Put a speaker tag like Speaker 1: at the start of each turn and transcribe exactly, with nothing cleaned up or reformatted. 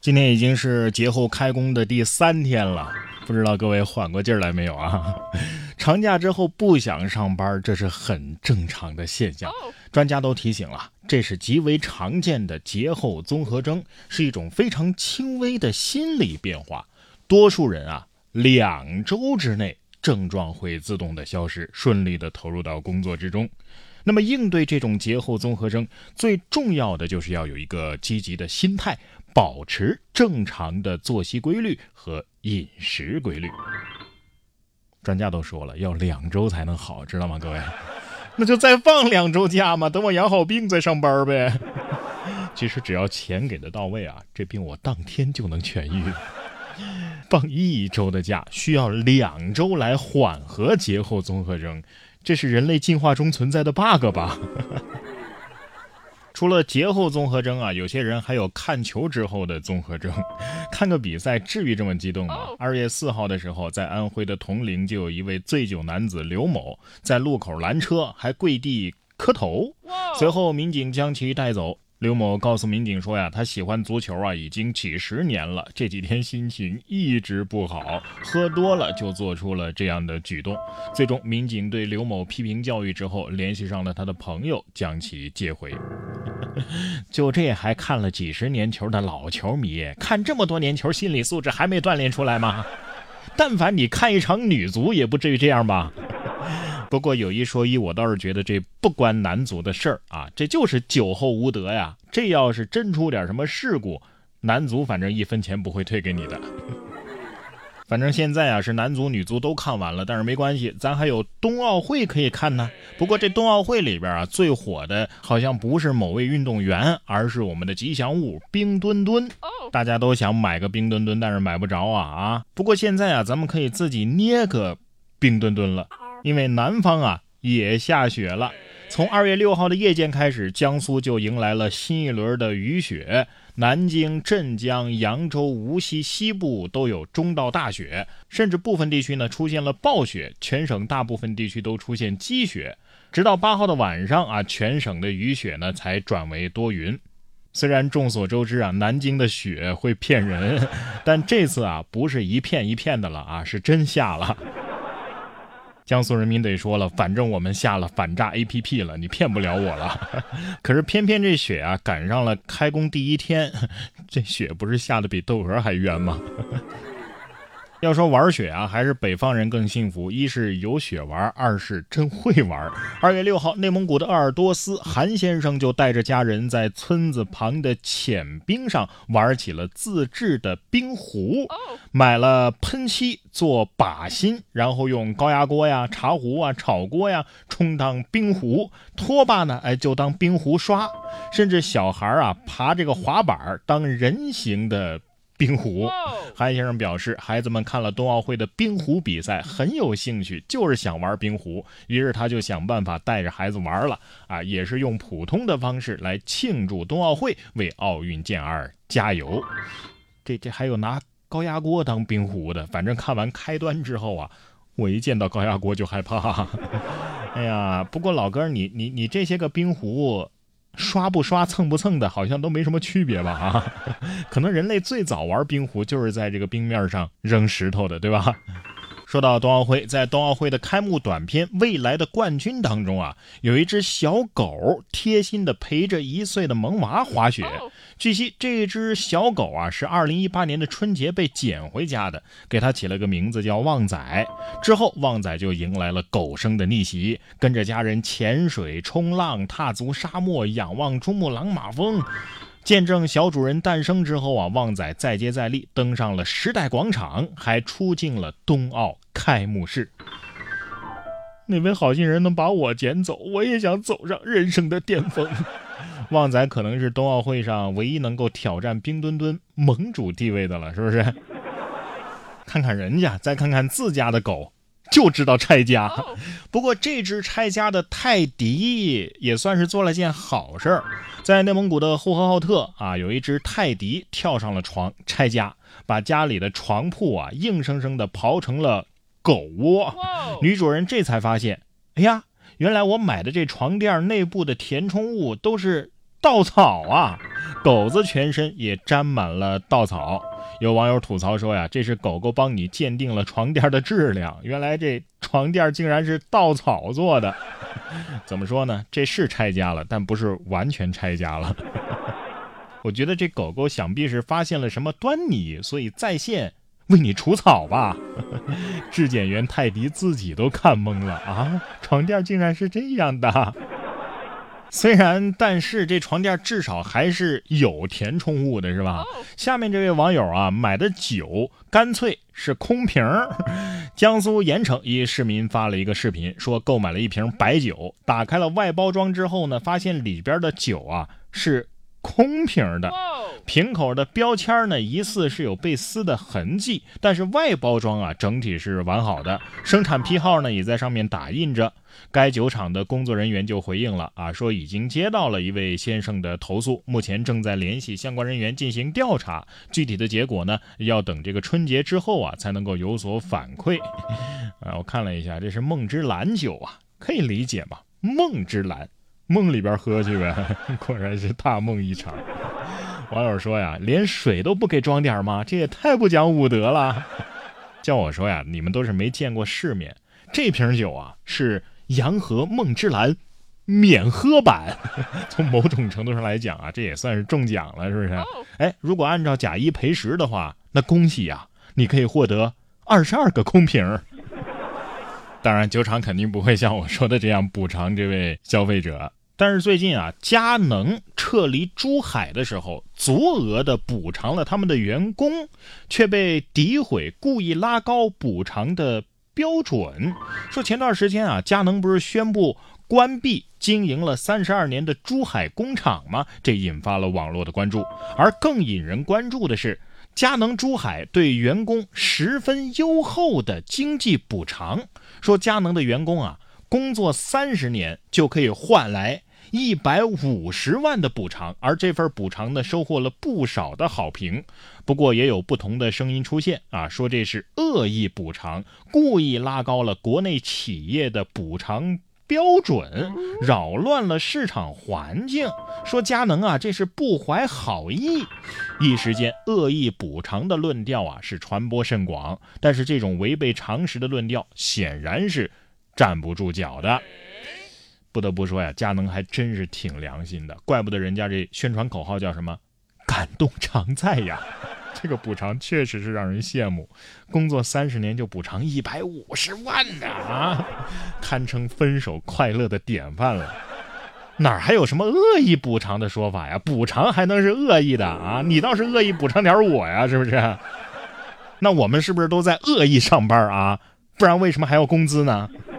Speaker 1: 今天已经是节后开工的第三天了，不知道各位缓过劲儿来没有啊？长假之后不想上班，这是很正常的现象。专家都提醒了，这是极为常见的节后综合征，是一种非常轻微的心理变化。多数人啊，两周之内症状会自动的消失，顺利的投入到工作之中。那么应对这种节后综合征，最重要的就是要有一个积极的心态，保持正常的作息规律和饮食规律。专家都说了，要两周才能好，知道吗各位？那就再放两周假嘛，等我养好病再上班呗。其实只要钱给的到位啊，这病我当天就能痊愈。放一周的假需要两周来缓和节后综合征，这是人类进化中存在的 bug 吧？除了节后综合征啊，有些人还有看球之后的综合征。看个比赛至于这么激动吗？二月四号的时候，在安徽的铜陵就有一位醉酒男子刘某在路口拦车，还跪地磕头。随后民警将其带走。刘某告诉民警说呀，他喜欢足球啊，已经几十年了，这几天心情一直不好，喝多了就做出了这样的举动。最终民警对刘某批评教育之后，联系上了他的朋友，将其接回。就这还看了几十年球的老球迷，看这么多年球，心理素质还没锻炼出来吗？但凡你看一场女足也不至于这样吧。不过有一说一，我倒是觉得这不关男足的事儿啊，这就是酒后无德呀。这要是真出点什么事故，男足反正一分钱不会退给你的。反正现在啊是男足女足都看完了，但是没关系，咱还有冬奥会可以看呢。不过这冬奥会里边啊最火的好像不是某位运动员，而是我们的吉祥物冰墩墩。大家都想买个冰墩墩，但是买不着啊啊！不过现在啊咱们可以自己捏个冰墩墩了，因为南方啊也下雪了。从二月六号的夜间开始，江苏就迎来了新一轮的雨雪，南京、镇江、扬州、无锡西部都有中到大雪，甚至部分地区呢出现了暴雪，全省大部分地区都出现积雪。直到八号的晚上啊，全省的雨雪呢才转为多云。虽然众所周知啊，南京的雪会骗人，但这次啊不是一片一片的了啊，是真下了。江苏人民得说了，反正我们下了反诈 A P P 了，你骗不了我了。可是偏偏这雪啊赶上了开工第一天，这雪不是下的比窦娥还冤吗？要说玩雪啊，还是北方人更幸福，一是有雪玩，二是真会玩。二月六号，内蒙古的鄂尔多斯，韩先生就带着家人在村子旁的浅冰上玩起了自制的冰壶，买了喷漆做靶心，然后用高压锅呀、茶壶啊、炒锅呀充当冰壶，拖把呢哎就当冰壶刷，甚至小孩啊爬这个滑板当人形的冰壶。韩先生表示，孩子们看了冬奥会的冰壶比赛很有兴趣，就是想玩冰壶，于是他就想办法带着孩子玩了啊，也是用普通的方式来庆祝冬奥会，为奥运健儿加油。这这还有拿高压锅当冰壶的，反正看完开端之后啊，我一见到高压锅就害怕。哎呀，不过老哥，你你你这些个冰壶刷不刷蹭不蹭的好像都没什么区别吧啊？可能人类最早玩冰壶就是在这个冰面上扔石头的，对吧？说到冬奥会，在冬奥会的开幕短片《未来的冠军》当中啊，有一只小狗贴心的陪着一岁的萌娃滑雪。据悉，这只小狗啊是二零一八年的春节被捡回家的，给它起了个名字叫旺仔。之后，旺仔就迎来了狗生的逆袭，跟着家人潜水、冲浪、踏足沙漠，仰望珠穆朗玛峰。见证小主人诞生之后啊，旺仔再接再厉，登上了时代广场，还出镜了冬奥开幕式。哪位好心人能把我捡走，我也想走上人生的巅峰。旺仔可能是冬奥会上唯一能够挑战冰墩墩盟主地位的了，是不是？看看人家，再看看自家的狗，就知道拆家。不过这只拆家的泰迪也算是做了件好事儿。在内蒙古的呼和浩特啊，有一只泰迪跳上了床拆家，把家里的床铺啊硬生生的刨成了狗窝。女主人这才发现，哎呀，原来我买的这床垫内部的填充物都是稻草啊，狗子全身也沾满了稻草。有网友吐槽说呀，这是狗狗帮你鉴定了床垫的质量，原来这床垫竟然是稻草做的。怎么说呢，这是拆家了，但不是完全拆家了。我觉得这狗狗想必是发现了什么端倪，所以在线为你除草吧。质检员泰迪自己都看懵了啊，床垫竟然是这样的。虽然但是这床垫至少还是有填充物的，是吧？下面这位网友啊，买的酒干脆是空瓶。江苏盐城一市民发了一个视频，说购买了一瓶白酒，打开了外包装之后呢，发现里边的酒啊是空瓶的，瓶口的标签呢疑似是有被撕的痕迹，但是外包装啊整体是完好的，生产批号呢也在上面打印着。该酒厂的工作人员就回应了啊，说已经接到了一位先生的投诉，目前正在联系相关人员进行调查，具体的结果呢要等这个春节之后啊才能够有所反馈。啊，我看了一下，这是梦之蓝酒啊，可以理解嘛，梦之蓝，梦里边喝去呗，果然是大梦一场。网友说呀，连水都不给装点吗？这也太不讲武德了。叫我说呀，你们都是没见过世面，这瓶酒啊是洋河梦之蓝免喝版。从某种程度上来讲啊，这也算是中奖了，是不是？哎，如果按照假一赔十的话，那恭喜呀，你可以获得二十二个空瓶。当然酒厂肯定不会像我说的这样补偿这位消费者，但是最近啊，佳能撤离珠海的时候，足额的补偿了他们的员工，却被诋毁故意拉高补偿的标准。说前段时间啊，佳能不是宣布关闭经营了三十二年的珠海工厂吗？这引发了网络的关注。而更引人关注的是，佳能珠海对员工十分优厚的经济补偿。说佳能的员工啊，工作三十年就可以换来一百五十万的补偿，而这份补偿呢，收获了不少的好评。不过也有不同的声音出现啊，说这是恶意补偿，故意拉高了国内企业的补偿标准，扰乱了市场环境。说佳能啊，这是不怀好意。一时间恶意补偿的论调啊是传播甚广，但是这种违背常识的论调显然是站不住脚的。不得不说呀，佳能还真是挺良心的，怪不得人家这宣传口号叫什么感动常在呀。这个补偿确实是让人羡慕，工作三十年就补偿一百五十万呢啊，堪称分手快乐的典范了。哪还有什么恶意补偿的说法呀？补偿还能是恶意的啊？你倒是恶意补偿点我呀，是不是？那我们是不是都在恶意上班啊？不然为什么还要工资呢？